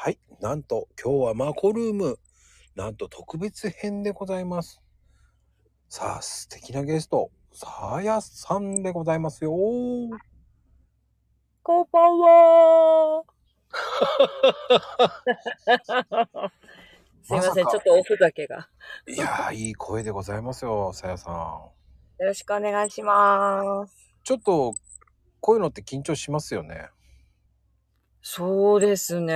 はい。なんと、今日はマコルーム、なんと特別編でございます。さあ、素敵なゲスト、さやさんでございますよ。 こんばんは。すいません、ちょまさか。 っとおふざけが。 いやー、いい声でございますよ、さやさん。 よろしくお願いします。 ちょっと、こういうのって緊張しますよね。 そうですね。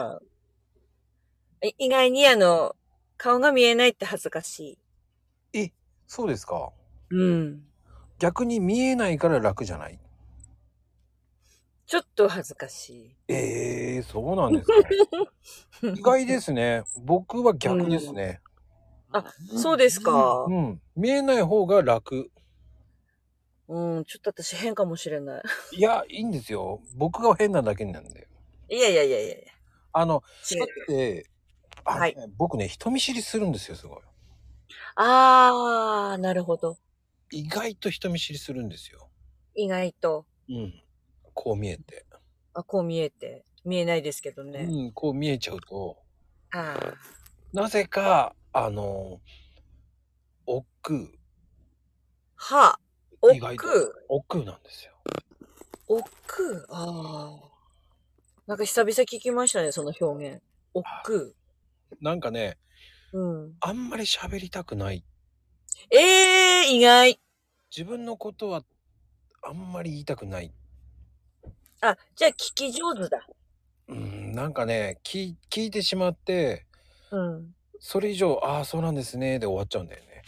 意外に顔が見えないって恥ずかしい。 え、そうですか。 うん。 逆に見えないから楽じゃない？ ちょっと恥ずかしそうなんですね。意外い。 ですね。僕はう逆ですん。 ね。 あ、そうですか。 うん。見えない方が楽。 うん、ちょっと私変かもしれない。 いや、いいんですよ。僕が変なだけなんで。 いやいやいやいやいや。 だっ違う。 て、 はい。 僕ね、人見知りするんですよ、すごい。 あー、なるほど。 意外と人見知りするんですよ。 意外と。 うん。こう見えて。 こう見えて。見えないですけどね。 うん、こう見えちゃうと、 あー。 なぜか、億劫。 はあ。億意外と。 劫。 億劫なんですよ。 億劫。ああ。なんか久々聞きましたね、その表現。億劫。 なんかね、 うん。 あんまり喋りたくない。 意外。 自分のことはあんまり言いたくない。 あ、じゃあ聞き上手だ。 うん、なんかね、聞いてしまって、 うん。 それ以上、ああ、そうなんですね、で終わっちゃうんだよね。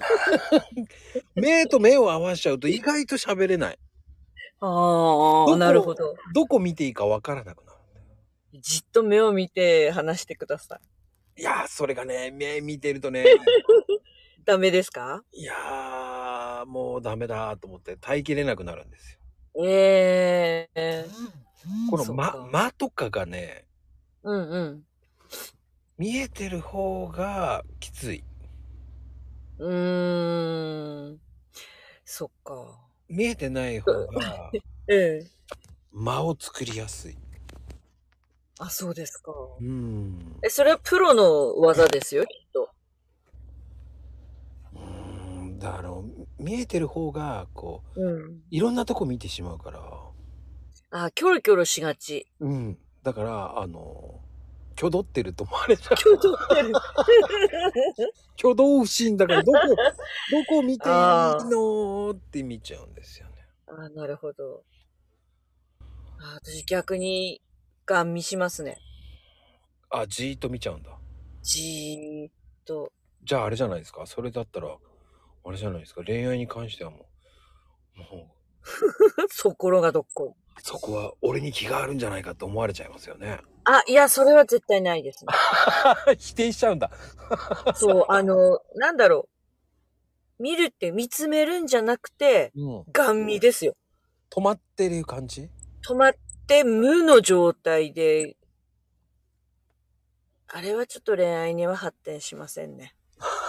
目と目を合わしちゃうと意外と喋れない。 ああ、なるほど。 どこ見ていいかわからなくなる。 じっと目を見て話してくださいやー、それがね、目見てるとね、 い。ダメですか？ いやー、もうダメだと思って耐えきれなくなるんですよ。 ええこの間、 そっか。 間とかがね、 うんうん。 見えてる方がきつい。 うーん。そっか。 見えてない方がええ。 間を作りやすい。 あ、そうですか。 うーん。 それはプロの技ですよ、きっと。 だから、見えてる方が、こう、 うん。 いろんなとこ見てしまうから、 キョロキョロしがち。 うん。だから、挙動ってると思われちゃう。 挙動ってる。 挙動不審だから、どこ見ていいあのって見ちゃうんですよね。 なるほど。私逆に、ガン見しますね。 あ、じーっと見ちゃうんだ。 じーっと。 じゃああれじゃないですか。それだったら、あれじゃないですか。恋愛に関してはもそころがどっこい。 う、そこは俺に気があるんじゃないかと思われちゃいますよね。 いや、それは絶対ないですね。 否定しちゃうんだ。 そう、なんだろ見るって見つめるんじゃなくて、 うん。 ガン見ですよ。 止まってる感じ？ 止まって無の状態で、あれはちょっと恋愛には発展しませんね。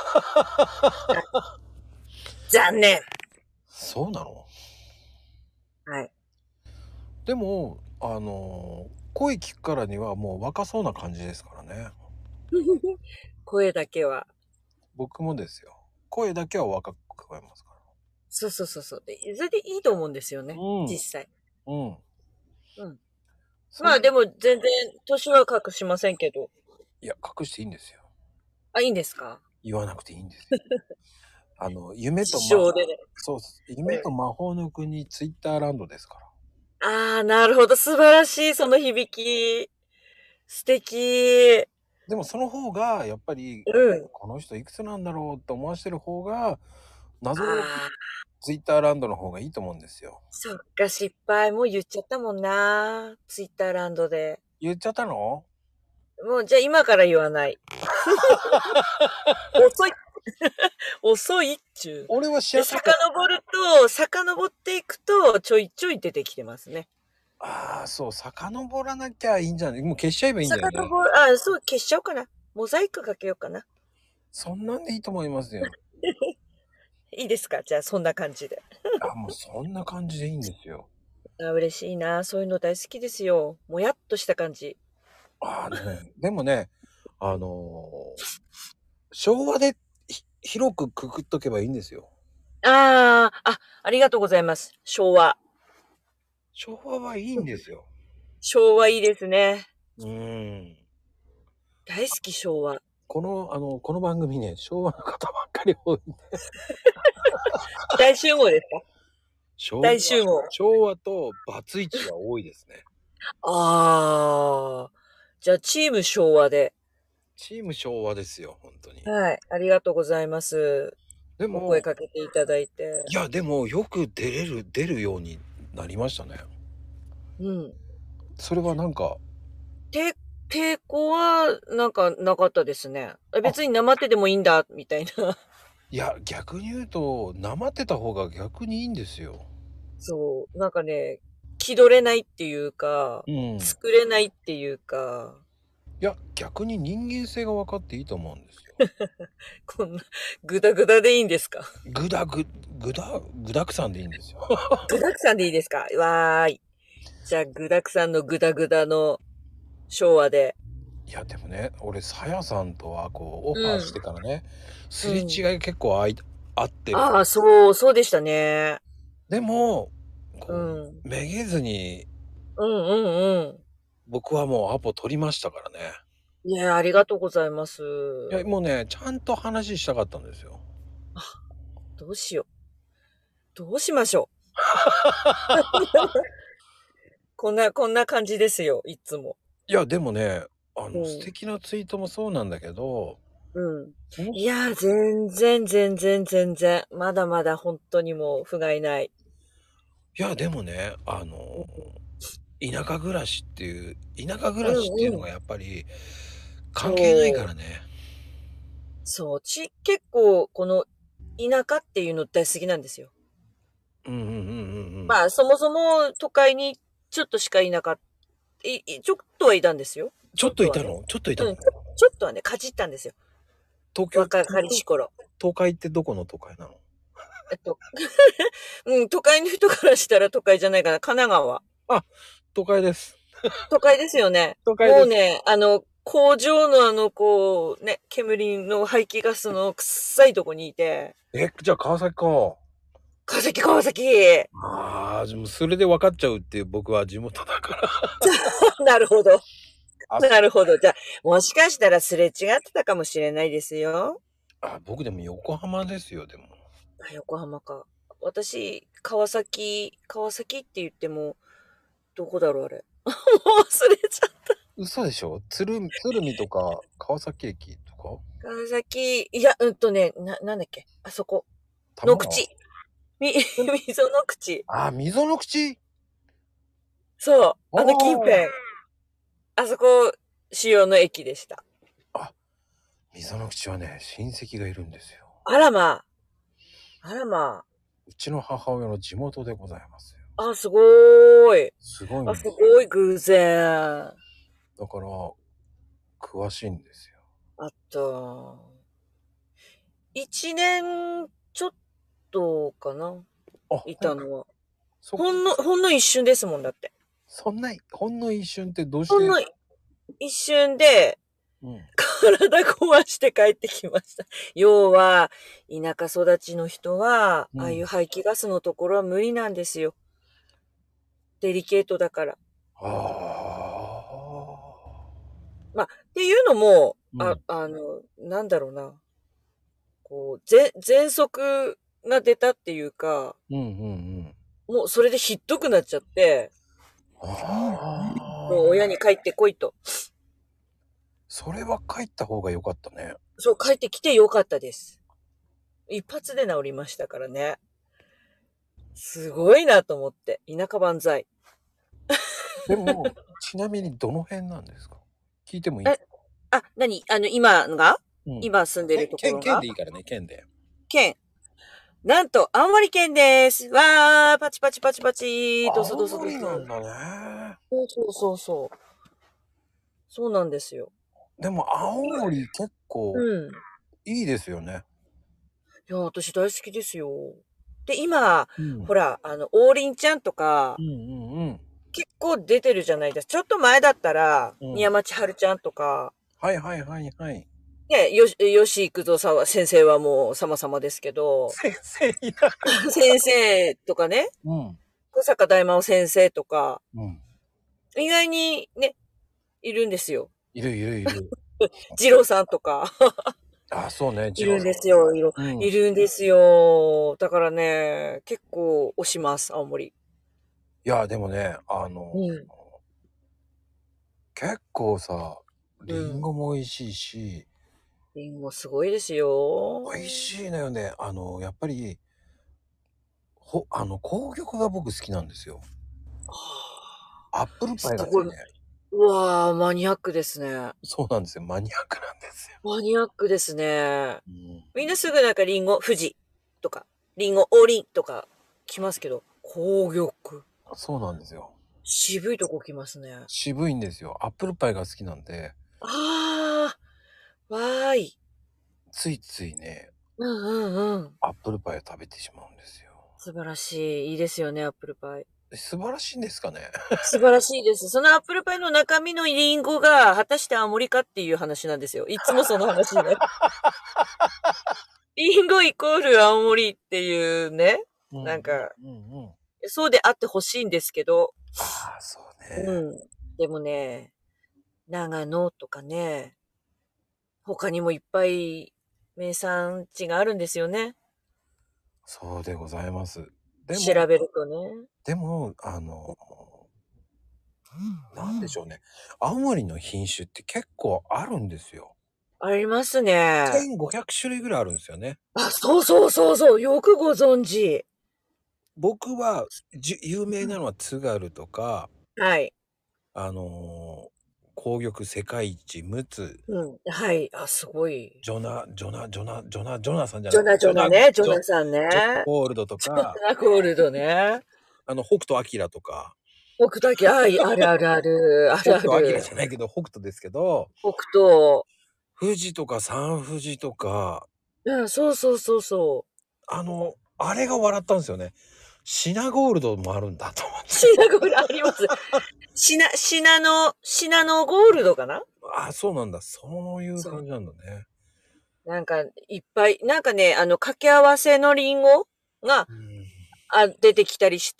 残念。 そうなの？ はい。 でも、声聞くからにはもう若そうな感じですからね。 声だけは。 僕もですよ。声だけは若く聞こえますかそうそうそうそう。で、それでいいと思うんですよら。 ね。 うん。 実際。 うん。 うん。 それ、 でも全然、年は隠しませんけど。 いや、隠していいんですよ。 いいんですか？ 言わなくていいんですよ。夢自と称でね。 そうっす。夢と魔法の国ツイッターランドですから。 なるほど。素晴らしい、その響き。素敵。 でもその方が、やっぱり、 うん。 この人いくつなんだろうって思わせてる方が、謎多くああ、 ツイッターランドの方がいいと思うんですよ。 そっか、失敗。もう言っちゃったもんな。ツイッターランドで。 言っちゃったの？ もう、じゃあ今から言わない。遅い。遅いっちゅう。 俺はしで、 やすいと。 遡っていくと、ちょいちょい出てきてますね。 ああ、そう、遡らなきゃいいんじゃない？もう消しちゃえばいいんだよね。 そう、消しちゃおうかな。モザイクかけようかな。 そんなんでいいと思いますよ。 いいですか？じゃあそんな感じで。 もうそんな感じでいいんですよ。 嬉しいな。そういうの大好きですよ。もやっとした感じ。 でもね、昭和で広くくくっとけばいいんですよ。 ありがとうございます。昭和。 昭和はいいんですよ。 昭和いいですね。 うーん。 大好き昭和。 この番組ね、昭和の方ばっかり多い。 大集合ですか？ 昭和、 大集合。 昭和とバツイチが多いですね。 じゃあチーム昭和で。 チーム昭和ですよ、本当に。 はい。ありがとうございます。お声でも、 かけていただいて。 いや、でもよく出るようになりましたね。 うん。 それはなんか、 て抵抗はなんかなかったですね。 あ、 別に生手でもいいんだみたいな。 いや、逆に言うと、なまってた方が逆にいいんですよ。 そう、なんかね、気取れないっていうか、 うん。 作れないっていうか、 いや、逆に人間性が分かっていいと思うんですよ。 こんなグダグダでいいんですか？ ぐだぐ、ぐだくさんでいいんですよ。 具沢山でいいですか？わーい。じゃあ具沢山のグダグダの昭和で。 いや、でもね、俺、さやさんとは、オファーしうん。 てからね、すれ違いうん。 が結構合ってる。 ああ、そうでしたね。 でも、 うん。 めげずに、 うんうんうん。 僕はもうアポ取りましたからね。 いや、ありがとうございます。 いや、もうね、ちゃんと話したかったんですよ。 あ、どうしよう。どうしましょう。こんな感じですよ、いつも。 いや、でもね、素うん。 敵なツイートもそうなんだけど、 うん。 もし、 いや、全然。まだまだ本当にもう、不甲斐ない。 いや、でもね、田舎暮らしっていう、田舎暮うらしっていうんうん。 のがやっぱり関係ないかそう。 らね。 そう。結構、この、田舎っていうの大好きなんですよ。 うんうんうんうんうん。 まあ、そもそも都会にちょっとしかいなかった、ちょっとはいたんですよ。 ちょっちょっとはね。 といたのちょっといたのうん、ちょっとはね、かじったんですよ。 東京、 若かりし頃。 東海ってどこの都会なの？ えっと、うん、都会の人からしたら都会じゃないかな。神奈川。 あ、都会です。 都会ですよね。 都会です。 もうね、工場のこう、ね、煙の排気ガスの臭いとこにいて、 じゃあ川崎か。 川崎。 ああ、でもそれで分かっちゃうっていう僕は地元だから。 なるほど。 あ、 なるほど。じゃあ、もしかしたらすれ違ってたかもしれないですよ。 僕でも横浜ですよ、でも。 横浜か。私、川崎って言っても、どこだろう、あれ。もう忘れちゃった。 嘘でしょ？鶴見とか川崎駅とか川崎、いや、なんだっけ。あそこ。 多摩川。 の口。溝の口。 あ、溝の口。 そう。 あ近辺。 あ。 あそこ、主要の駅でした。 あ、溝の口はね、親戚がいるんですよ。 あらまあ。あらまうちの母親の地元でございますよ。 あ。すごーい。 すごいんすですよ。 ごい偶然。 だから、詳しいんですよ。 あった。一年ちょっとかな。 あ、 いたのは。 そこ、 ほんの一瞬ですもんだって。 ほんの一瞬ってどうして、 ほんの一瞬で、 うん。 体壊して帰ってきました。要は、田舎育ちの人は、ああいううん。 排気ガスのところは無理なんですよ。デリケートだから。 あまあ、っていうのも、 あ。うん。 なんだろうな。こう、喘息が出たっていうか、 うんうんうん。 もうそれでひっどくなっちゃって、もう親ああ。 に帰ってこいと。 それは帰った方が良かったね。 そう、帰ってきてよかったです。一発で治りましたからね。すごいなと思って。田舎万歳。 でも、ちなみにどの辺なんですか？聞いてもいい？ え、何今がうん。 今住んでるところ県がでいいからね、県で。 県。なんと、青森県です。わー、パチパチパチパチ、ドス青ドスドス。 森なんだね。 そう。そうなんですよ。 でも青森結構うん。 いいですよね。 いや、私大好きですよ。で、今、 うん。 ほら、王林ちゃんとか、 うんうんうん。 結構出てるじゃないですか。ちょっと前だったら、 うん。 宮町春ちゃんとか、 はいはいはいはい。 ね、吉幾三さんは、先生はもう様々ですけど、 先生いない。 先生とかね、 うん。 小坂大魔王先生とか、 うん。 意外にね、いるんですよ。 いるいるいる。 二郎さんとか、 あ、そうね、 いるん二郎さですよ。 ん。うん。 いるんですよ。だからね、結構推します、青森。 いや、でもね、 うん。 結構さ、 うん。 リンゴも美味しいし、 リンゴすごいですよ。 美味しいのよね。やっぱり、紅玉が僕好きなんですよ。 はアップルあ、すパイがですね、 ごい。うわー、マニアックですね。 そうなんですよ。マニアックなんですよ。 マニアックですね。 うん。 みんなすぐなんかリンゴ、富士とか、リンゴ、王林とか来ますけど、紅玉。 そうなんですよ。 渋いとこ来ますね。 渋いんですよ。アップルパイが好きなんで、 あー、わーい。 ついついね、 うんうんうん。 アップルパイを食べてしまうんですよ。 素晴らしい。いいですよね、アップルパイ。 素晴らしいんですかね。 素晴らしいです。そのアップルパイの中身のリンゴが果たして青森かっていう話なんですよ。いつもその話になる。リンゴイコール青森っていうね。 うんうんなんか、 うんうん。 そうであってほしいんですけど、 ああ、そうね。 うん。でもね、長野とかね、他にもいっぱい名産地があるんですよね。 そうでございます。でも、 調べるとね。 でも、なんでしょうね。青森の品種って結構あるんですよ。 ありますね。 1500種類ぐらいあるんですよね。 あ、そうそうそうそう。よくご存知。 僕は、有名なのは津軽とか、 はい。 あの紅玉世界一、陸奥、 うん。はい。あ、すごい。 ジョナさんじゃない、 ジョナジョナね。ジョナさんジョナね。 ゴールドとジョか、 ナゴールドね。 北斗晶とか、 北斗晶、あ、あるあるある。あるあ北斗晶る。 じゃないけど、北斗ですけど、 北斗。 富士とか三富士とか、 うん、そうそうそうそう。 あれが笑ったんですよね。シナゴールドもあるんだと思って。 シナゴールドあります。シナノゴールドかな。 あ、そうなんだ。そういうそう。 感じなんだね。 なんか、いっぱい、なんかね、掛け合わせのリンゴが、 うん。 出てきたりして、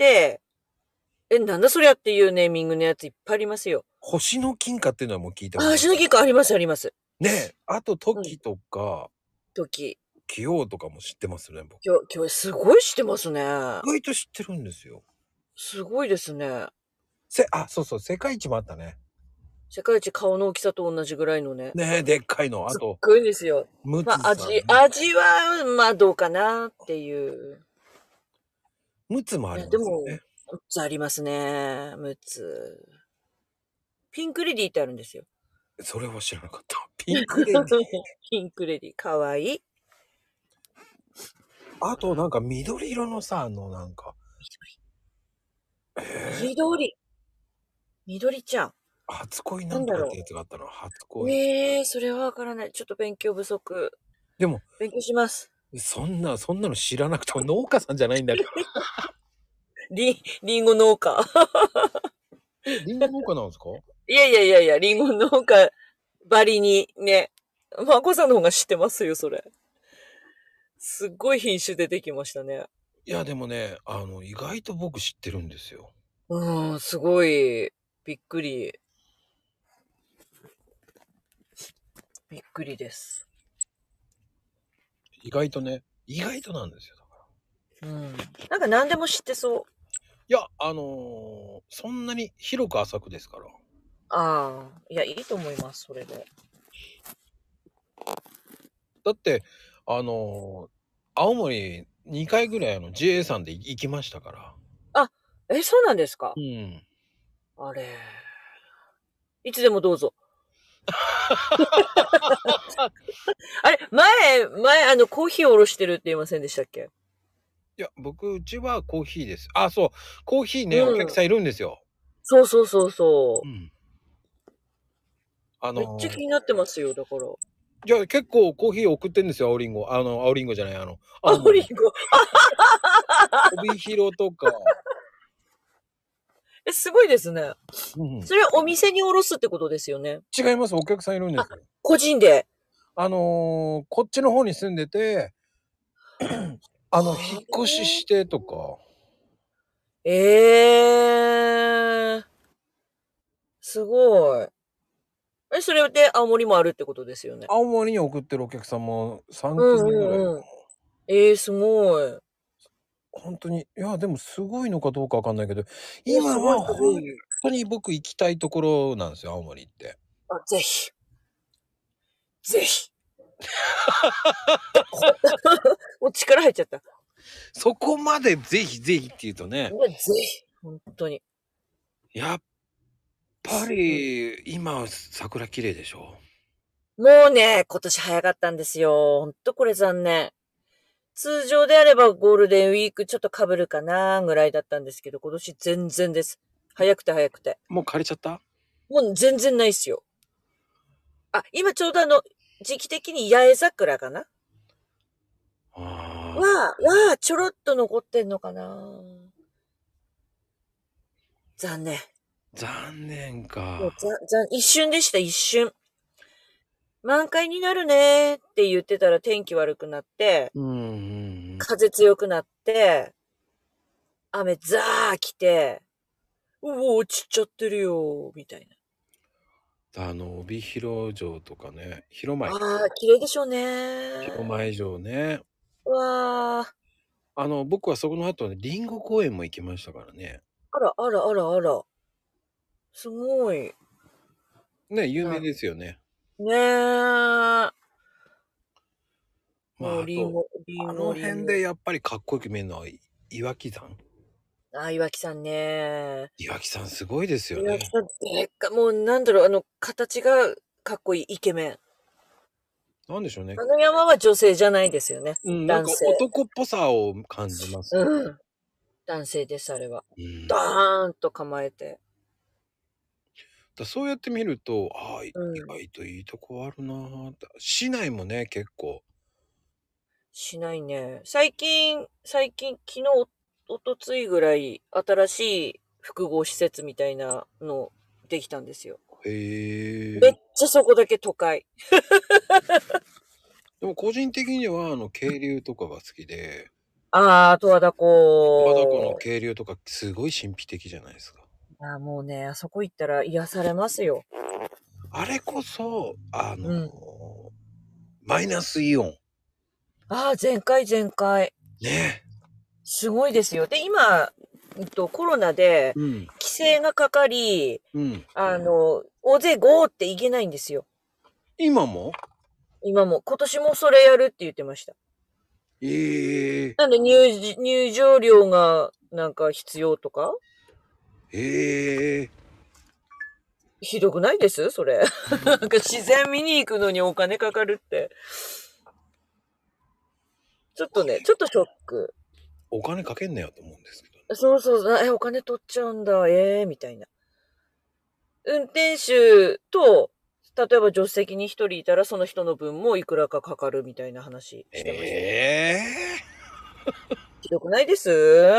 なんだそりゃっていうネーミングのやついっぱいありますよ。 星の金貨っていうのはもう聞いたことあ、 ある。 シノギクあります、あります。 ねえ。あと、 うん。 トキとか、 時。 キヨウとかも知ってますね、僕。 今日すごいしてますね。 意外と知ってるんですよ。 すごいですね。 そうそう、世界一もあったね。 世界一顔の大きさと同じぐらいのね。 ねえ、でっかいの。あすっと、 ごいですよ。まあ、 ムツさんね。 味は、まあ、どうかなっていう。 ムツもありでも、 ますよね。 6つありますね。6つ。ピンクレディってあるんですよ。 それは知らなかった。ピンクレディ。 ピンクレディ。かわいい。 あと、なんか緑色のさ、なんか、 緑。緑。緑ちゃん。 初恋なんとかってなんだろやつがあったな。初う。 恋。 それはわからない。ちょっと勉強不足。 でも、 勉強します。 そんなの知らなくても農家さんじゃないんだから。 リンゴ農家。 リンゴ農家なんですか？ いやいやいやいや、リンゴ農家ばりにね。まこさんの方が知ってますよ、それ。すっごい品種出てきましたね。 いや、でもね、意外と僕知ってるんですよ。 うん、すごい、びっくり。びっくりです。 意外となんですよ。だから。 うん。なんか何でも知ってそう。 いや、そんなに広く浅くですから。 ああ、いや、いいと思います、それで。 だって、あの青森2回ぐらいJA さんで行きましたから。 あ、そうなんですか。 うん。 あれ。いつでもどうぞ。あれ、前、コーヒーおろしてるって言いませんでしたっけ？ いや、うちはコーヒーです。あ、そう。コーヒーね、おうん。 客さんいるんですよ。 そうそうそうそうん。 う。めっちゃ気になってますよ、だから。 いや、結構コーヒー送ってんですよ、青りんご。青りんごじゃない、青森。 青りんご。 帯広とか。 すごいですね。 うん。 それはお店におろすってことですよね。 違います。お客さんいるんですよ。 個人で。 こっちの方に住んでて、引っ越ししてとか、 ええー、すごい。それで青森もあるってことですよね。 青森に送ってるお客さんも3 うん組ぐらい。 うんうん。ええー、すごい。 本当に、いや、でもすごいのかどうかわかんないけど、 いや、すごい、 今はすご本い。 当に僕行きたいところなんですよ、青森って。 あ、ぜひ。ぜひ。もう力入っちゃった。 そこまでぜひぜひって言うとね、 いや、ぜひ。本当に。 やっぱり、今、桜綺麗でしょ？ もうね、今年早かったんですよ。ほんとこれ残念。通常であればゴールデンウィークちょっと被るかなぐらいだったんですけど、今年全然です。早くて早くて。 もう枯れちゃった？ もう全然ないっすよ。あ、今ちょうど時期的に八重桜かなああ、 は、ちょろっと残ってんのかな残念。 残念もうか。 一瞬でした、一瞬。満開になるねって言ってたら天気悪くなって、 うんうん風強くなって、雨ザー来て、落ちちゃってるよ、みたいうん。帯広城とかね、広な。 前、 ああ、綺麗でしょうね。 広前城ね。 わあ、 僕はそこの後ね、リンゴ公園も行きましたからね。 あらあらあらあら。すごい。 ね、有名ですよね。 ねえ。 まあ、 もうリンゴ、リンゴ、 あのリンゴ。 辺でやっぱりかっこよく見えるのは岩木山。 あ、岩木さんね。 岩木山すごいですよね。 岩木さん、でっか、もうなんだろう、形がかっこいいイケメン。 なんでしょうね。 あの山は女性じゃないですよね。 うん、なんか男性。 男っぽさを感じますよ。 うん。男性です、あれは。 うん。 ドーンと構えて。 そうやって見ると、意うん。 外といいとこあるなぁって。市内もね、結構。 しないね。最近、昨日、おとついぐらい、新しい複合施設みたいなのできたんですよ。めっへえ。 ちゃそこだけ都会。 でも個人的には、渓流とかが好きで、 ああ、十和田十和田湖の湖。 渓流とかすごい神秘的じゃないですか。 ああ、もうね、あそこ行ったら癒されますよ。 あれこそ、 うん。 マイナスイオン。 ああ、全開全開。 ね。 すごいですよ。で、今、コロナでうん。 規制がかかり、 うん。 大勢ゴーっていけないんですよ。 今も？ 今も。今年もそれやるって言ってました。 ええなんで入場料がなんか必要とかええひどくないですそれ。なんか自然見に行くのにお金かかるって。ちょっとね、ちょっとショック。 お金かけんなよと思うんですけど。 そうそう、お金取っちゃうんだ、みたいな。運転手と、例えば助手席に一人いたらその人の分もいくらかかかるみたいな話してました。 ええひどくないです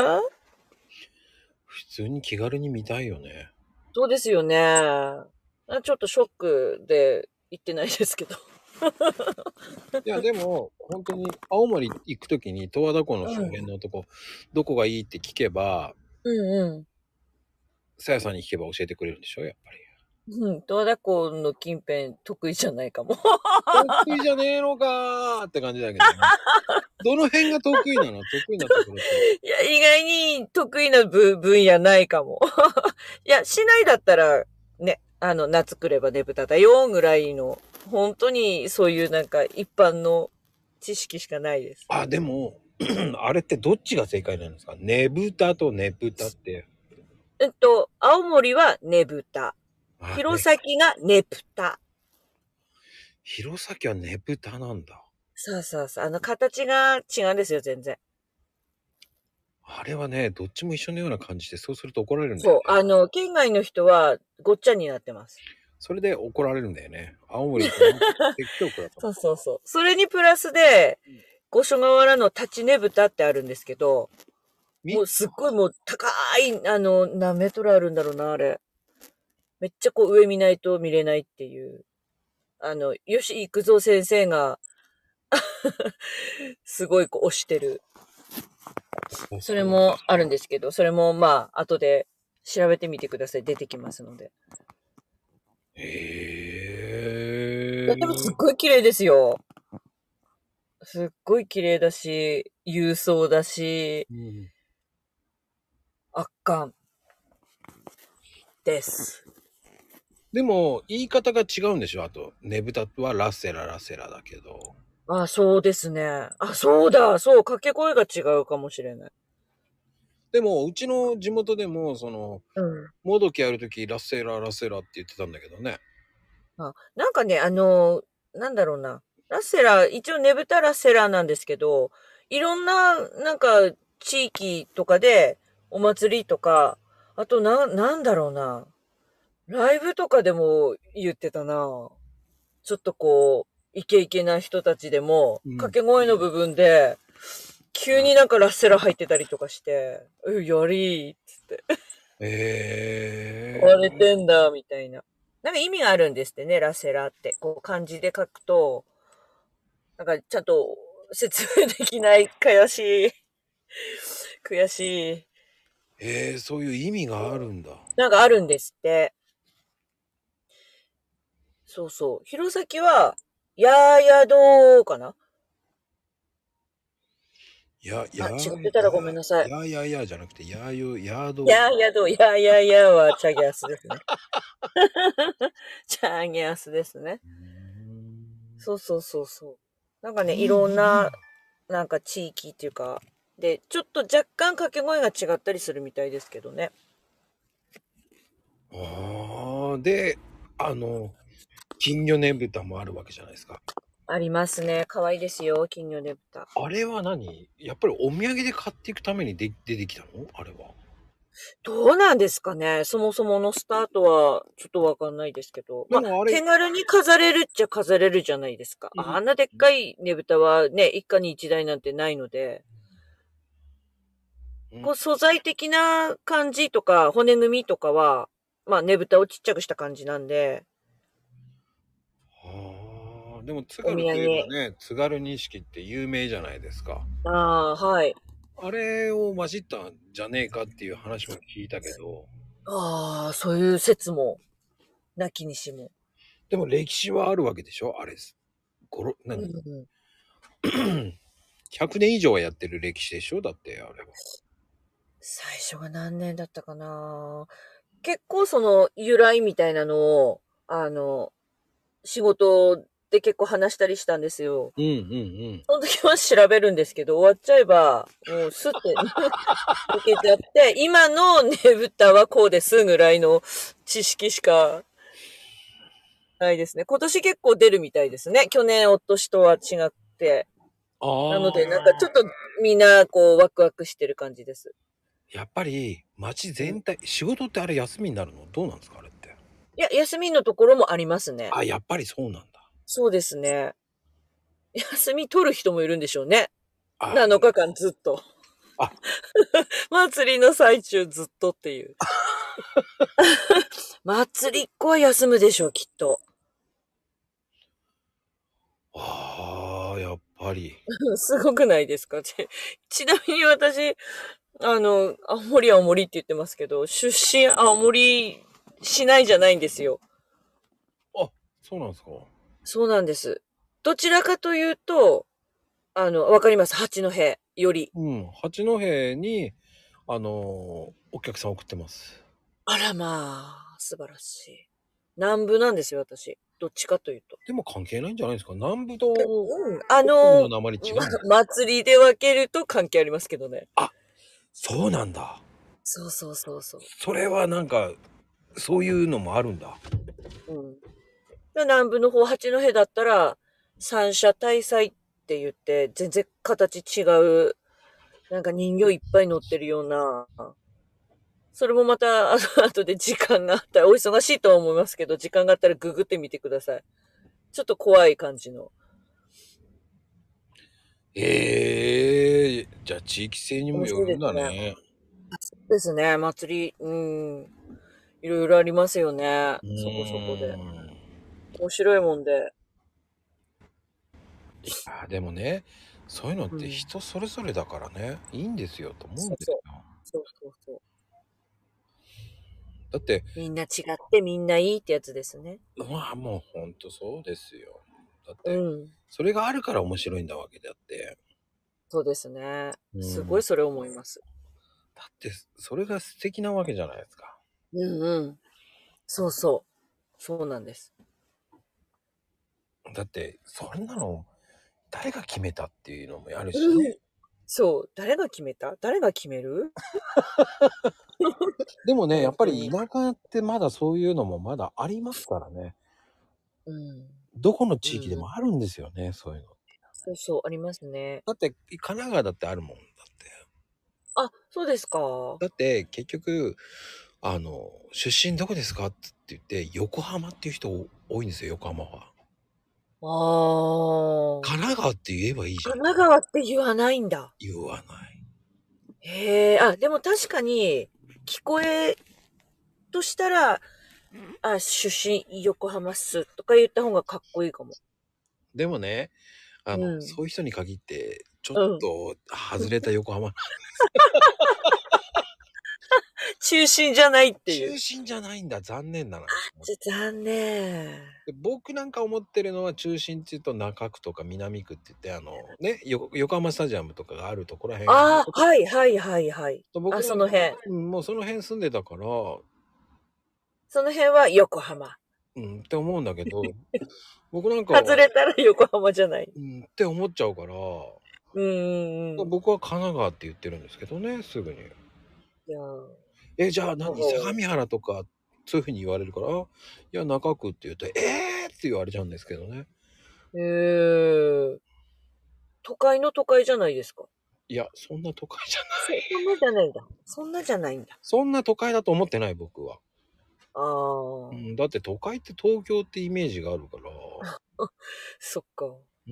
普通に気軽に見たいよね。 そうですよね。ちょっとショックで行ってないですけど。 いや、でも、本当に青森行くときに十和田湖の周うん。 辺のとこ、どこがいいって聞けば、 うんうん。 さやさんに聞けば教えてくれるんでしょやっぱり。 うん、十和田湖の近辺得意じゃないかも。 得意じゃねえのかーって感じだけどね。どの辺が得意なの？得意なところって。 いや、意外に得意な分野ないかも。いや、市内だったら、ね、夏来ればねぶただよ、ぐらいの、本当にそういうなんか一般の知識しかないです。 あ、でも、あれってどっちが正解なんですか？ねぶたとねぶたって。 青森はねぶた。 あ、 弘前がねぷた。 弘前はねぶたなんだ。 そうそうそう。形が違うんですよ、全然。 あれはね、どっちも一緒のような感じで、そうすると怒られるんだよそう。 ね。 県外の人はごっちゃになってます。 それで怒られるんだよね。青森ってなんか説教区だと。 そうそうそう。それにプラスで、五所川原の立ちねぶたってあるんですけど、 もうすっごいもう高い、何メートルあるんだろうな、あれ。めっちゃこう上見ないと見れないっていう。吉幾三先生がすごいこう推してる。それもあるんですけど、それもまあ、後で調べてみてください。出てきますので。 へいや、でもすっごい綺麗ですよ。すっごい綺麗だし、勇壮だし、圧巻です。 でも、言い方が違うんでしょ？あと、ねぶたはラセラだけど。 あ、そうですね。あ、そうだ。そう、掛け声が違うかもしれない。 でも、うちの地元でも、 うん。 もどきやるとき、ラセラって言ってたんだけどね。 なんかね、なんだろうな。ラッセラ、一応ねぶたラッセラなんですけど、いろんな、なんか、地域とかで、お祭りとか、あとなんだろうな。ライブとかでも言ってたな。ちょっとこう、イケイケな人たちでも、掛け声の部分で、急になんかラッセラ入ってたりとかして、やりーっつって。割れてんだ、みたいな。なんか意味があるんですってね、ラセラって。こう漢字で書くと、なんかちゃんと説明できない。悔しい。悔しい。 そういう意味があるんだ。 なんかあるんですって。そうそう。弘前は、やーやどーかな。違ってたらごめんなさい。 じゃなくて、やーど。 やーやどー、やーややはチャゲアスですね。チャゲアスですね。そうそうそうそう。なんかね、いろんな、なんか地域っていうか、で、ちょっと若干掛け声が違ったりするみたいですけどね。 で、金魚ねぶたもあるわけじゃないですか。 ありますね。可愛いですよ、金魚ねぶた。 あれは何？やっぱりお土産で買っていくために出てきたの？あれは。 どうなんですかね。そもそものスタートはちょっとわかんないですけど。まあ、 でもあれ、 手軽に飾れるっちゃ飾れるじゃないですか。あんなでっかいねぶたはね、一家に一台なんてないので、こう素材的な感じとか、骨組みとかは、まあねぶたをちっちゃくした感じなんで、 でも津お土軽といえば産。 ね、津軽錦って有名じゃないですか。 ああ、はい。 あれを混じったんじゃねえかっていう話も聞いたけど、 ああ、そういう説も、なきにしも。 でも歴史はあるわけでしょあれ。 う何？ ん、 100 年以上はやってる歴史でしょだってあれは。 最初が何年だったかな。結構その由来みたいなのを、仕事で結構話したりしたんですよ。その時は調べるんですけど、終わっちゃえば、もうスッて抜けちゃって、今のねぶたはこうですぐらいの知識しかないですね。今年結構出るみたいですね。去年、お年とは違って。なので、なんかちょっとみんなこうワクワクしてる感じです。 やっぱり町全体、仕事ってあれ休みになるの？どうなんですかあれって。 いや、休みのところもありますね。 あ、やっぱりそうなんだ。 そうですね。休み取る人もいるんでしょうね。 あ、 7日間ずっと。 あ、 祭りの最中ずっとっていう。祭りっ子は休むでしょう、きっと。 やっぱり。 すごくないですか？ちなみに私、青森って言ってますけど、出身青森市内じゃないんですよ。 あ、そうなんですか。 そうなんです。どちらかというと、わかります。八戸より。 八戸に、お客さん送ってます。 あらまあ、素晴らしい。南部なんですよ、私。どっちかというと。 でも関係ないんじゃないですか。南部とうん。 北部の鉛違うんですか。 祭りで分けると関係ありますけどね。 あ、そうなんだ。 そうそうそうそう。 それはなんか、そういうのもあるんだ。 うん。南部の方、八戸だったら、三者大祭って言って、全然形違う、なんか人形いっぱい乗ってるような、それもまた、後で時間があったら、お忙しいとは思いますけど、時間があったらググってみてください。ちょっと怖い感じの。 へえ、じゃあ地域性にも面よるん白いですね。 だね。 そうですね。祭り、いろいろありますよね。 うそこそこで。 ーん。 面白いもんで。 いや、でもね、そういうのってうん。 人それぞれだからね、いいんですよと思うんそうそう。 ですよ。 そうそうそう。 だって、 みんな違ってみんないいってやつですね。 まあもうほんとそうですよ。だっうて、 ん。 それがあるから面白いんだわけであって。 そうですね。 うん。 すごいそれ思います。 だって、それが素敵なわけじゃないですか。 うんうん。そうそう。そうなんです。 だって、そんなの、誰が決めたっていうのもあるしうん。 ね。 そう。誰が決めた？誰が決める？ でもね、やっぱ本当に。 り田舎ってまだそういうのもまだありますからね。 うん。 どこのうん地域でうん。 もあるんですよね、そういうの。 そうそう、ありますね。 だって、神奈川だってあるもんだって。 あ、そうですか。 だって結局、出身どこですかって言って、横浜っていう人多いんですよ、横浜は。 ああ。 神奈川って言えばいいじゃん。 神奈川って言わないんだ。 言わない。 へえ、あ、でも確かに、聞こえとしたら、あ、出身横浜っすとか言った方がかっこいいかも。 でもね、 うん。 そういう人に限って、ちょっうん。 と外れた横浜、 中心じゃないっていう。 中心じゃないんだ、残念だな。 残念。 で僕なんか思ってるのは中心っていうと中区とか南区って言って、ね、横浜スタジアムとかがあるところら辺。 ああ、はいはいはいはい。あ、 僕なんか、 その辺。 うん、もうその辺住んでたから、 その辺は横浜。 って思うんだけど、僕なんかは、 外れたら横浜じゃない。 って思っちゃうから、 うんうんうん。 僕は神奈川って言ってるんですけどね、すぐに。 いやー、 じゃあ何相模原とか、そういう風に言われるから、いや、中区って言うと、って言われちゃうんですけどね。 へえ。都会の都会じゃないですか。 いや、そんな都会じゃない。 そんなじゃないんだ。そんなじゃないんだ。 そんな都会だと思ってない、僕は。 ああ。 だって都会って東京ってイメージがあるから。 そっか。 うん。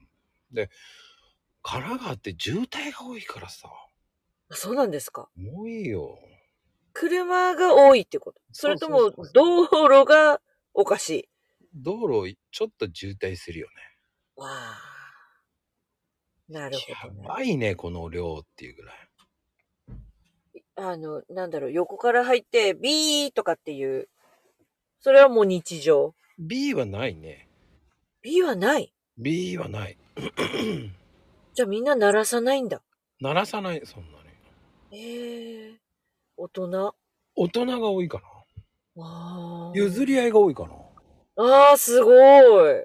で、神奈川って渋滞が多いからさ。 そうなんですか。 もういいよ。 車が多いってこと？そそうれともそうそう。 道路がおかしい？ 道路ちょっと渋滞するよね。 わあ、なるほどやね。 ばいね、この量っていうぐらい。 なんだろう、横から入って、ビーとかっていう、それはもう日常。 B はないね。 ビーはない。 B はない。 じゃあみんな鳴らさないんだ。 鳴らさない、そんなに。 ええ、大人。 大人が多いかな。譲り合あいが多いかな。 あ。ああ、すごい。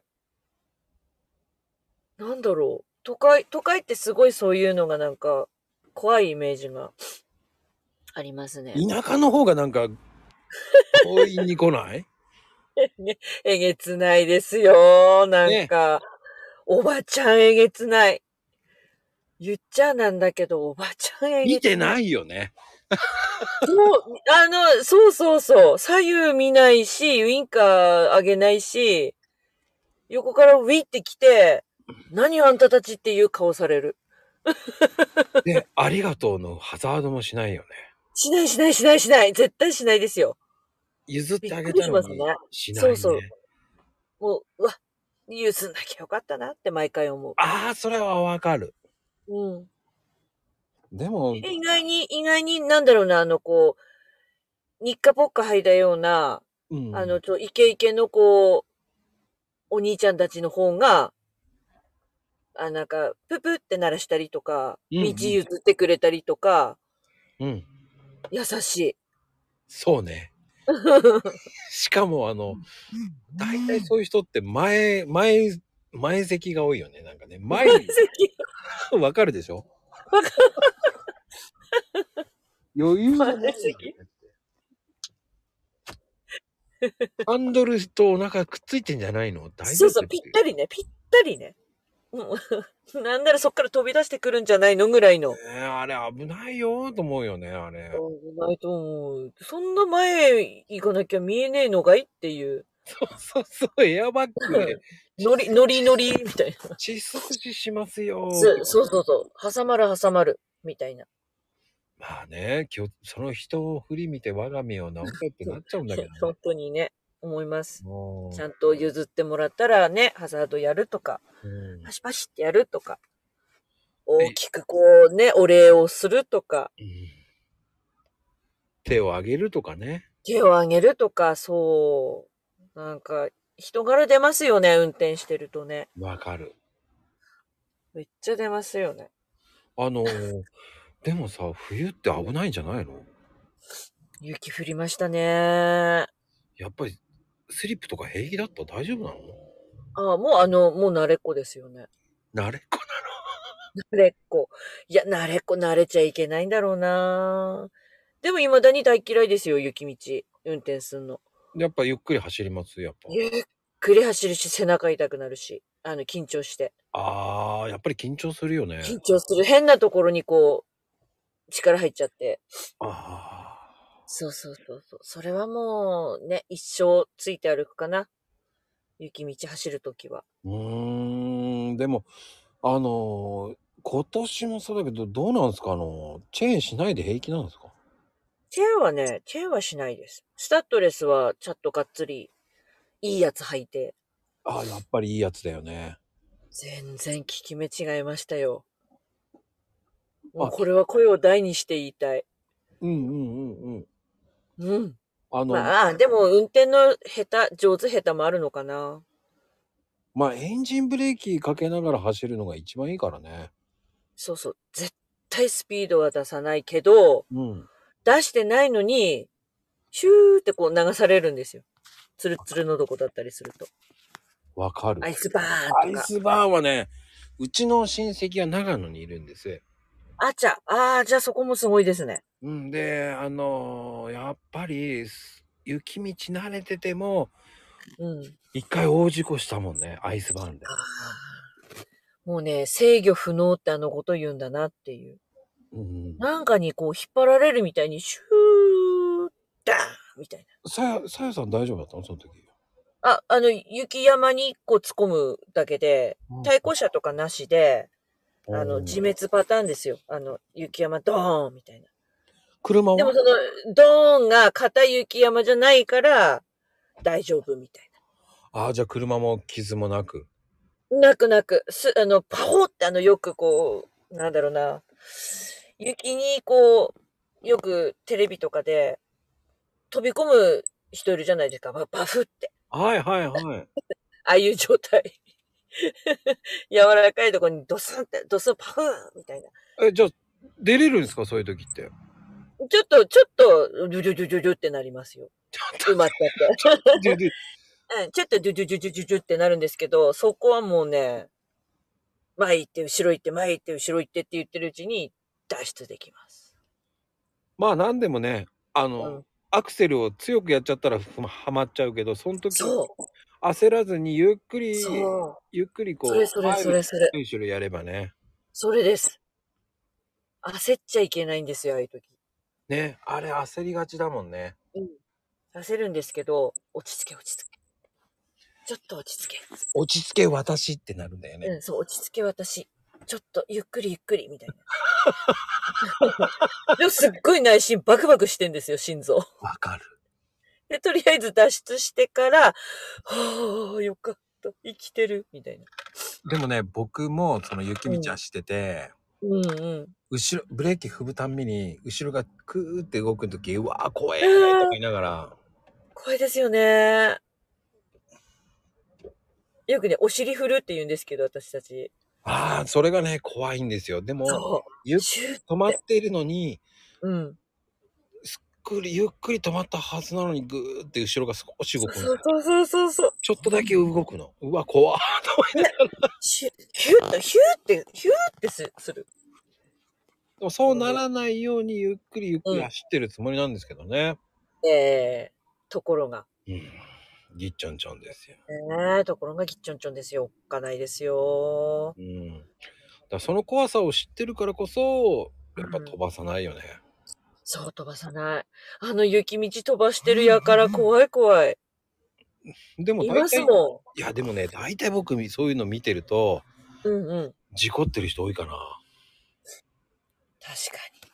なんだろう。都会ってすごいそういうのがなんか、怖いイメージがありますね。 田舎の方がなんか強引に来ない？ ね、えげつないですよ。なんね。 か、おばちゃんえげつない。言っちゃなんだけど、おばちゃんえげつない。 見てないよね。 そう、そうそうそう。左右見ないし、ウインカー上げないし、横からウィって来て、何あんたたちっていう顔される。 で、ありがとうのハザードもしないよね。 しないしないしないしない。絶対しないですよ。 譲ってあげびっくりたのにしますね。 しなそうそう。 いね。 もう、うわ、譲んなきゃよかったなって毎回思ああ、それはわかる。 う。うん。 でも、 意外になんだろうな、日課ぽっか履いたような、 うん。 イケイケのお兄ちゃんたちの方が、なんか、ププって鳴らしたりとか、道うんうん。 譲ってくれたりとか、 うん。 優しい。 そうね。しかも大体そういう人って前席が多いよね。なんかね。前に、わかるでしょ？余裕がないんだよ席ね。ハンドルとお腹くっついてんじゃないの？大丈そうそう、ぴっ夫っていう。 たりね、ぴったりね。もうなんならそっから飛び出してくるんじゃないのぐらいの。 あれ危ないよと思うよね、あれ。 危ないと思う。そんな前行かなきゃ見えねえのかいっていう。 そうそうそう、エアバッグで、 ノリノリノリみたいな。 窒息死しますよって。 そうそうそう。挟まる挟まる。みたいな。 まあね、その人を振り見て我が身を直せってなっちゃうんだけど本ね。 当にね、思います。ちもゃんと譲ってもらったらね、ハザードやるとか、 う、うん。 パシパシってやるとか、大で、 きくこうね、お礼をするとか、 うん、手を挙げるとかね。 手を挙げるとか、そう。なんか、人柄出ますよね、運転してるとね。 わかる。 めっちゃ出ますよね。 あの、でもさ、冬って危ないんじゃないの？ 雪降りましたね。 やっぱりスリップとか平気だった？大丈夫なの？ ああ、もう慣れっこですよね。 慣れっこ慣れっこ。いや、慣れっこ慣れちゃいけないんだろうな。でも未だに大嫌いですよ、雪道。運転すんの。 やっぱゆっくり走ります？やっぱ。 ゆっくり走るし、背中痛くなるし、緊張して。 ああ、やっぱり緊張するよね。 緊張する。変なところにこう、力入っちゃって。 ああ。 そうそうそうそう。それはもう、ね、一生ついて歩くかな。雪道走るときは。 でも、今年もそうだけど、どうなんですか？チェーンしないで平気なんですか？ チェーンはしないです。スタッドレスはちゃんとがっつり、いいやつ履いて。 ああ、やっぱりいいやつだよね。 全然効き目違いましたよ。もうあ、 これは声を大にして言いたい。 うんうんうんうん。 うん。 あの、 まあ、でも運転の上手下手もあるのかな。 まあ、エンジンブレーキかけながら走るのが一番いいからね。 そうそう。絶対スピードは出さないけど、 うん。 出してないのに、シューってこう流されるんですよ。ツルツルのとこだったりすると。 わかる。 アイスバーンとか。 アイスバーンはね、うちの親戚が長野にいるんです。 じゃあそこもすごいですね。 うんで、やっぱり、雪道慣れてても、 うん。 一回大事故したもんね、アイスバーンで。 ああ。もうね、制御不能ってあのこと言うんだなっていう。 うん。 なんかにこう引っ張られるみたいにシュー、ダーンみたいな。 さやさん大丈夫だったのその時？ 雪山に1個突っ込むだけで、 うん。 対向車とかなしで、自うん滅パターンですよ。雪山ドーンみたいな。 車は？ でもその、ドーンが片雪山じゃないから、大丈夫みたいああ、じゃあ車も傷もなく。 な。なくなく、パホってよくこう、なんだろうな。雪にこう、よくテレビとかで飛び込む人いるじゃないですか。バフって。 はいはいはい。 ああいう状態。柔らかいところにドスンって、ドスンパフーンみたいな。 じゃあ、出れるんですかそういう時って。 ちょっと、ドゥドゥドゥドゥドゥってなりますよ。埋まっちゃって。 で、 うん、ちょっとドゥドゥドゥドゥドゥドゥってなるんですけど、そこはもうね、前行って、後ろ行って、前行って、後ろ行ってって言ってるうちに脱出できます。 まあ何でもね、 うん。 アクセルを強くやっちゃったらはまっちゃうけど、その時はそう。 焦らずにゆっくり、 そう。 ゆっくりそれそれ前後、 それそれ。 後ろやればね。 それです。焦っちゃいけないんですよ、ああいう時。 ね、あれ焦りがちだもんね。 うん。焦るんですけど、落ち着け落ち着け。ちょっと落ち着け。 落ち着け私ってなるんだよね。 うん、そう、落ち着け私。ちょっとゆっくりゆっくりみたいな。でもすっごい内心バクバクしてんですよ、心臓。 わかる。 で、とりあえず脱出してから、はあ、よかった。生きてる。みたいな。 でもね、僕もその雪うん。 道走ってて、 うんうん。 ブレーキ踏むたんびに、後ろがクーって動くとき、うわー怖えあーとか言いあ、 ながら、 怖いですよね。よくね、お尻振るって言うんですけど、私たち。 ああ、それがね、怖いんですよ。でも、 そう。 ゆっくシューっり止まって。 ているのに、 うん。 ゆっくり止まったはずなのに、ぐーって後ろが少し動そうくんですよ。 そうそうそうそう。 ちょっとだけ動くの。うわ、怖ーと思いなね、 がら。 ヒューってする。 でもそうもうね、 ならないように、ゆっくりゆっくうん。 り走ってるつもりなんですけどね。 ところが。 うん。ぎっちゃんちゃんですよ。 ところがぎっちょんちょんですよ。おっかないですよ。 うん。その怖さを知ってるからこそ、やっぱうん。 飛ばさないよね。 そう、飛ばさない。雪道飛ばしてるやから怖い怖い。 でもいま大体、 すもいやでもね、大体僕そういうの見てると、 ん。うんうん。 事故ってる人多いかな。 確かに。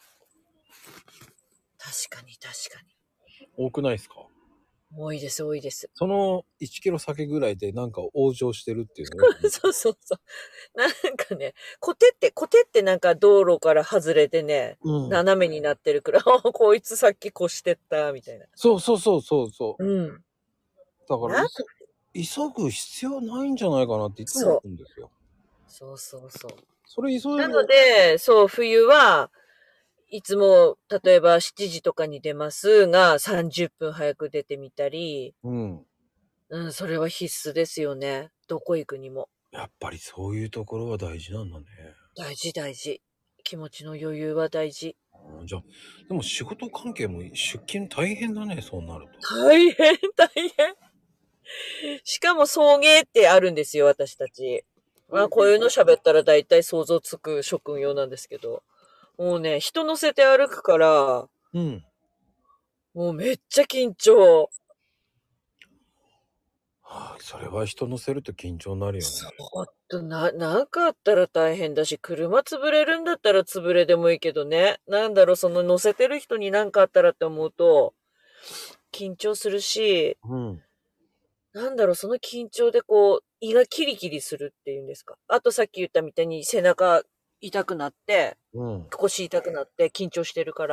確かに、確かに。 多くないですか？ 多いです、多いです。 その1キロ先ぐらいでなんか往生してるっていうの多くない？ そうそうそう。なんかね、コテってなんか道路から外れてね、 うん。 斜めになってるから、あこいつさっき越してった、みたいな。 そうそうそうそうそうん。 う。だからな、 急ぐ必要ないんじゃないかなっていつも思そう。 うんですよ。 そうそうそう。 それ急いなで、 ので、そう、冬はいつも、例えば7時とかに出ますが、30分早く出てみたり、 うん。 うん、それは必須ですよね。どこ行くにも。 やっぱりそういうところは大事なんだね。 大事大事。気持ちの余裕は大事。 じゃあ、でも仕事関係も出勤大変だね、そうなると。 大変、大変。しかも送迎ってあるんですよ、私たち。まあ、こういうの喋ったら大体想像つく諸君用なんですけど。もうね、人乗せて歩くから、 うん。 もうめっちゃ緊張。 はあ、それは人乗せると緊張になるよね。 そうと、なんかあったら大変だし、車潰れるんだったら潰れでもいいけどね。なんだろう、その乗せてる人に何かあったらって思うと、緊張するし、 うん。 なんだろう、その緊張でこう、胃がキリキリするっていうんですか。あとさっき言ったみたいに背中痛くなって、 うん。 腰痛くなって緊張してるから、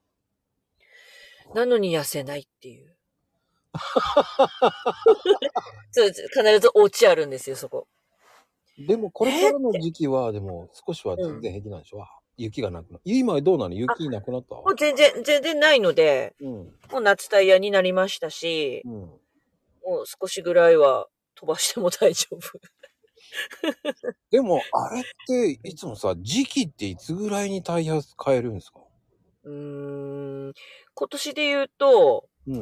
なのに痩せないっていう。そう必ずオチあるんですよ、そこ。 でもこれからのって。 時期は、でも少しはうん。 全然平気なんでしょ？雪がなくなる。今はどうなの？ あ、 雪なくなった？ もう全然ないので、 うん。 もう夏タイヤになりましたし、 うん。 もう少しぐらいは飛ばしても大丈夫。 でも、あれっていつもさ、時期っていつぐらいにタイヤ変えるんですか？ うーん、今年で言うと、 うん。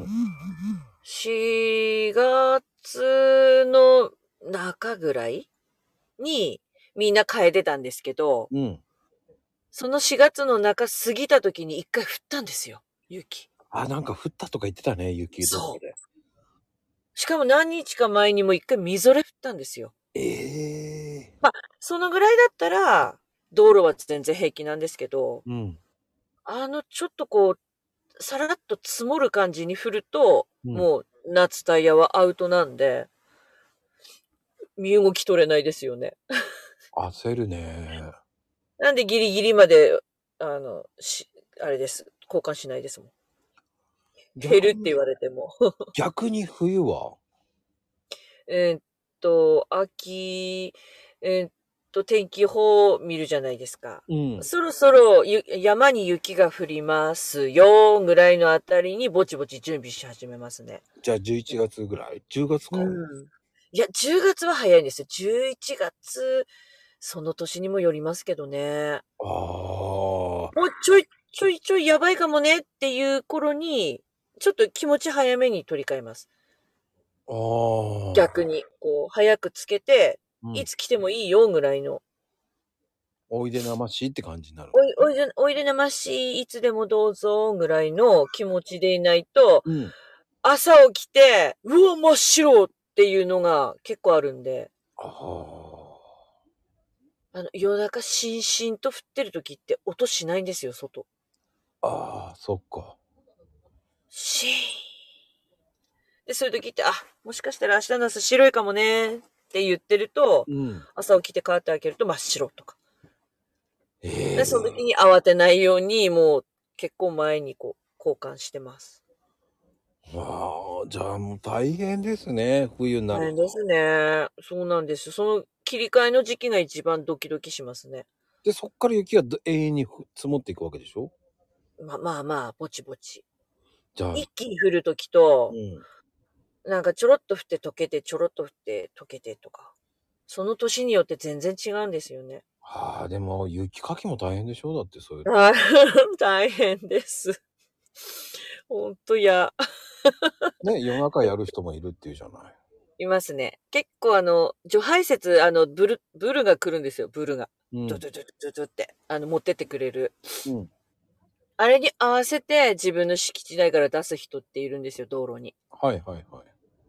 4月の中ぐらいにみんな変えてたんですけど、 うん。 その4月の中過ぎた時に一回降ったんですよ、雪。 あ、なんか降ったとか言ってたね、雪どっかそう。 で。 しかも何日か前にも一回みぞれ降ったんですよ。 ええまあ、そのぐらいだったら、道路は全然平気なんですけど、 うん。 ちょっとこう、さらっと積もる感じに降ると、 うん。 もう夏タイヤはアウトなんで、身動き取れないですよね。 焦るね。 なんでギリギリまで、あの、し、あれです。交換しないですもん。減る逆に、 って言われても。 逆に冬は？ えーっ秋、えーっ天気予報を見るじゃないですか。 うん。 そろそろ山に雪が降りますよ、ぐらいのあたりにぼちぼち準備し始めますね。 じゃあ11月ぐらい？ 10 月か？ うん。いや、10月は早いんですよ。11月、その年にもよりますけどね。 ああ。 もうちょいやばいかもねっていう頃に、ちょっと気持ち早めに取り替えます。 ああ。 逆に、こう、早くつけて、 うん。 いつ来てもいいよぐらいの。 おいでなましいって感じになるのね。 おいでなましい、いつでもどうぞぐらいの気持ちでいないと、 うん。 朝起きて、うわ、真っ白っていうのが結構あるんで、 ああ。 夜中しんしんと降ってる時って音しないんですよ、外。 ああ、そっか。 シーン。で、そういう時って、あ、もしかしたら明日の朝白いかもねって言ってると、 うん。 朝起きてカーテン開けると真っ白とか。で、その時ええに慌てないように、もう結構前にこう、交換してます。 わあ、じゃあもう大変ですね、冬になると。 大変ですね。そうなんですよ。その切り替えの時期が一番ドキドキしますね。 で、そっから雪が永遠に積もっていくわけでしょ？ まあ、ぼちぼち。 じゃあ、 一気に降るときと、 うん。 なんかちょろっと降って溶けて、ちょろっと降って溶けてとか。その年によって全然違うんですよね。 はあ、でも雪かきも大変でしょ？だってそういうの。 あ大変です。ほんと嫌。 ね、夜中やる人もいるっていうじゃない。 いますね。結構除排雪、ブルが来るんですよ、ブルが。 うん。 ドドドドドドって、持ってってくれる。 うん。 あれに合わせて自分の敷地内から出す人っているんですよ、道路に。 はいはいはい。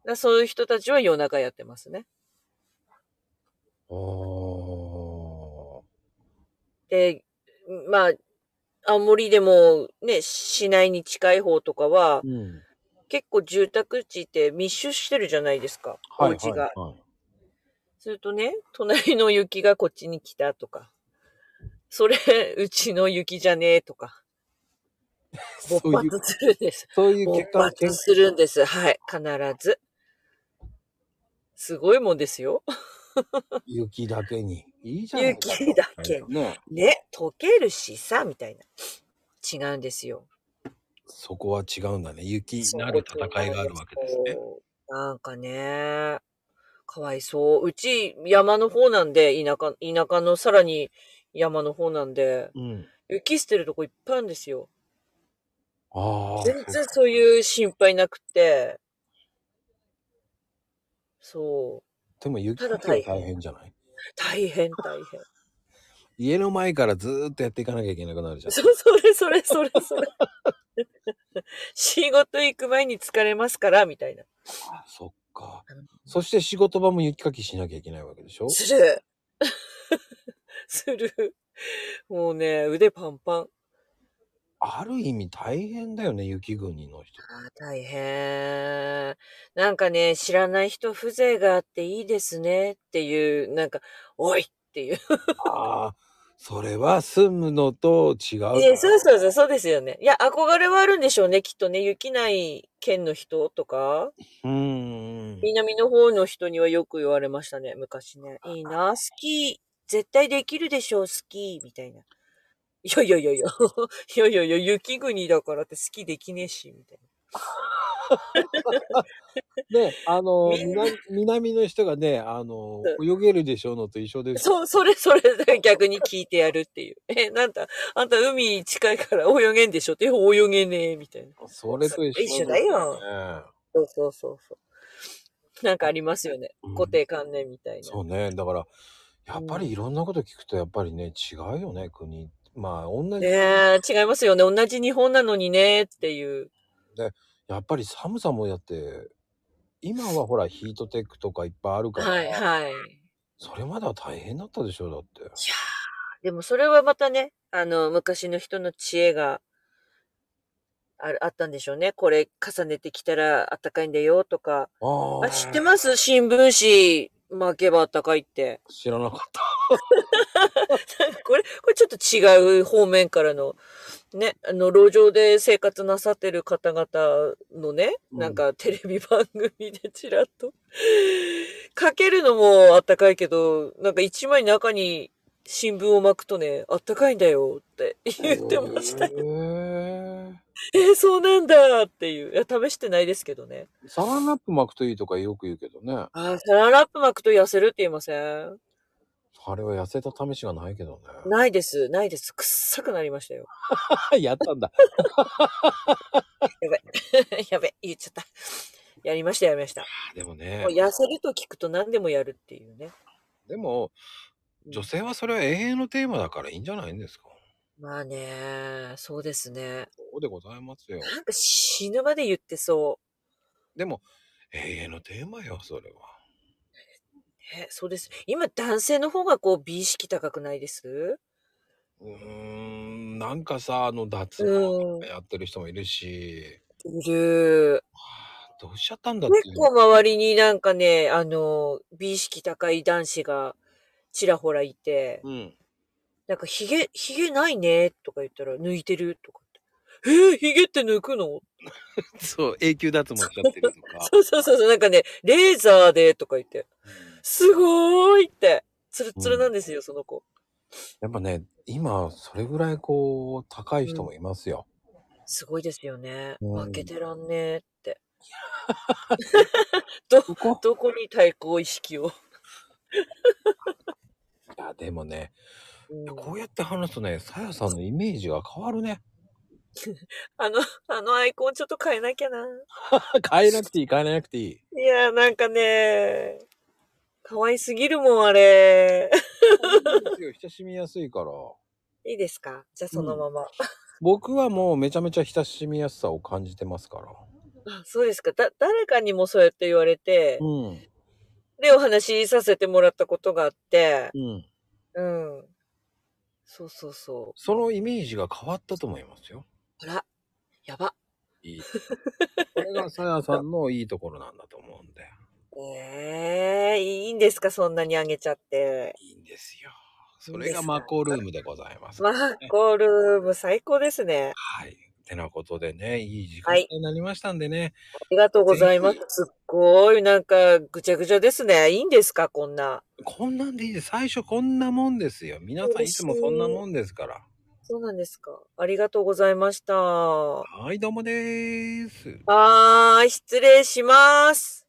そういう人たちは夜中やってますね。で、まあ、青森でもね、市内に近い方とかは、結構住宅地って密集してるじゃないですか、お家が。するとね、隣の雪がこっちに来たとか、それ、うちの雪じゃねえとか、勃発するんです。 そういう勃発するんです。はい、必ず。すごいもんですよ。 雪だけに。いいじゃないかと。 雪だけに。ね、溶けるしさ、みたいな。違うんですよ。 そこは違うんだね。雪なる戦いがあるわけですね。 なんかね、かわいそう。うち山の方なんで、田舎のさらに山の方なんで、雪捨てるとこいっぱいあるんですよ。全然そういう心配なくて。そう。 でも雪かきは大変じゃない？ 大変。 家の前からずーっとやっていかなきゃいけなくなるじゃん。 それ。仕事行く前に疲れますから、みたいな。 あ、そっか。そして仕事場も雪かきしなきゃいけないわけでしょ？ する。もうね、腕パンパン。 ある意味大変だよね、雪国の人。 大変。なんかね、知らない人風情があっていいですねっていう、なんか、おいっていう。 ああ、それは住むのと違うから。 そうですよね。いや、憧れはあるんでしょうね、きっとね。雪ない県の人とか。南の方の人にはよく言われましたね、昔ね。いいな、スキー、絶対できるでしょう、スキー、みたいな。いや、雪国だからってスキーできねえし、みたいな。 ね、南の人がね、泳げるでしょうのと一緒です。 それで逆に聞いてやるっていう。あんた海近いから泳げんでしょって、泳げねえ、みたいな。 それと一緒だよ。そう。なんかありますよね。固定観念みたいな。 そうね。だから、やっぱりいろんなこと聞くと、やっぱりね、違うよね、国。まあ、同じ。 違いますよね。同じ日本なのにね、っていう。 で、やっぱり寒さもやって、今はほら、ヒートテックとかいっぱいあるから。 はい。 それまでは大変だったでしょ、だって。いやー、でもそれはまたね、昔の人の知恵があったんでしょうね。これ重ねてきたら暖かいんだよとか。知ってます？新聞紙巻けば暖かいって。 知らなかった。 これちょっと違う方面からの、ね、路上で生活なさってる方々のね、なんかテレビ番組でちらっと、かけるのもあったかいけど、なんか一枚中に新聞を巻くとね、あったかいんだよって言ってましたよ。そうなんだっていう。いや、試してないですけどね。 サランラップ巻くといいとかよく言うけどね。 サランラップ巻くと痩せるって言いません？ あれは痩せた試しがないけどね。 ないです。臭くなりましたよ。 やったんだ。 やべ、言っちゃった。やりました。 でもね。 痩せると聞くと何でもやるっていうね。 でも、女性はそれは永遠のテーマだからいいんじゃないんですか。 まあね、そうですね。 そうでございますよ。 なんか死ぬまで言ってそう。 でも、永遠のテーマよ、それは。 そうです。今、男性の方が美意識高くないです？ なんかさ、脱毛やってる人もいるし。 いる。 どうしちゃったんだっていう。 結構周りになんかね、美意識高い男子がちらほらいて、なんかヒゲないねとか言ったら抜いてるとかって。ヒゲって抜くの？ そう、永久脱毛しちゃってるとか。 そう、なんかね、レーザーでとか言って。すごーいって。ツルツルなんですよ、その子。 やっぱね、今、それぐらい高い人もいますよ。 すごいですよね。負けてらんねえって。どこに対抗意識を。 いや、でもね、こうやって話すとね、さやさんのイメージが変わるね。 あのアイコンちょっと変えなきゃな。 変えなくていい。 いや、なんかね、可愛すぎるもん、あれ。 親しみやすいから。 いいですか？じゃあそのまま。 僕はもうめちゃめちゃ親しみやすさを感じてますから。 あ、そうですか。誰かにもそうやって言われて、 うん。 で、お話しさせてもらったことがあって、 うん。 うん。そうそうそう。 そのイメージが変わったと思いますよ。 あら、やば。 いい。これがさやさんのいいところなんだと思うんだよ。 ええ、いいんですか、そんなにあげちゃって。 いいんですよ。それがいいんですか。 マコルームでございますかマッらね。 コルーム最高ですね。 はい。てなことでね、いい時間はい。 帯になりましたんでね。 ありがとうごぜひ、 ざいます。すっごいなんかぐちゃぐちゃですね。いいんですか、こんな。 こんなんでいいです。最初こんなもんですよ。皆さん嬉しいつもそんない。 もんですから。 そうなんですか。ありがとうございました。ははい、どうもでーす。 ーい、失礼します。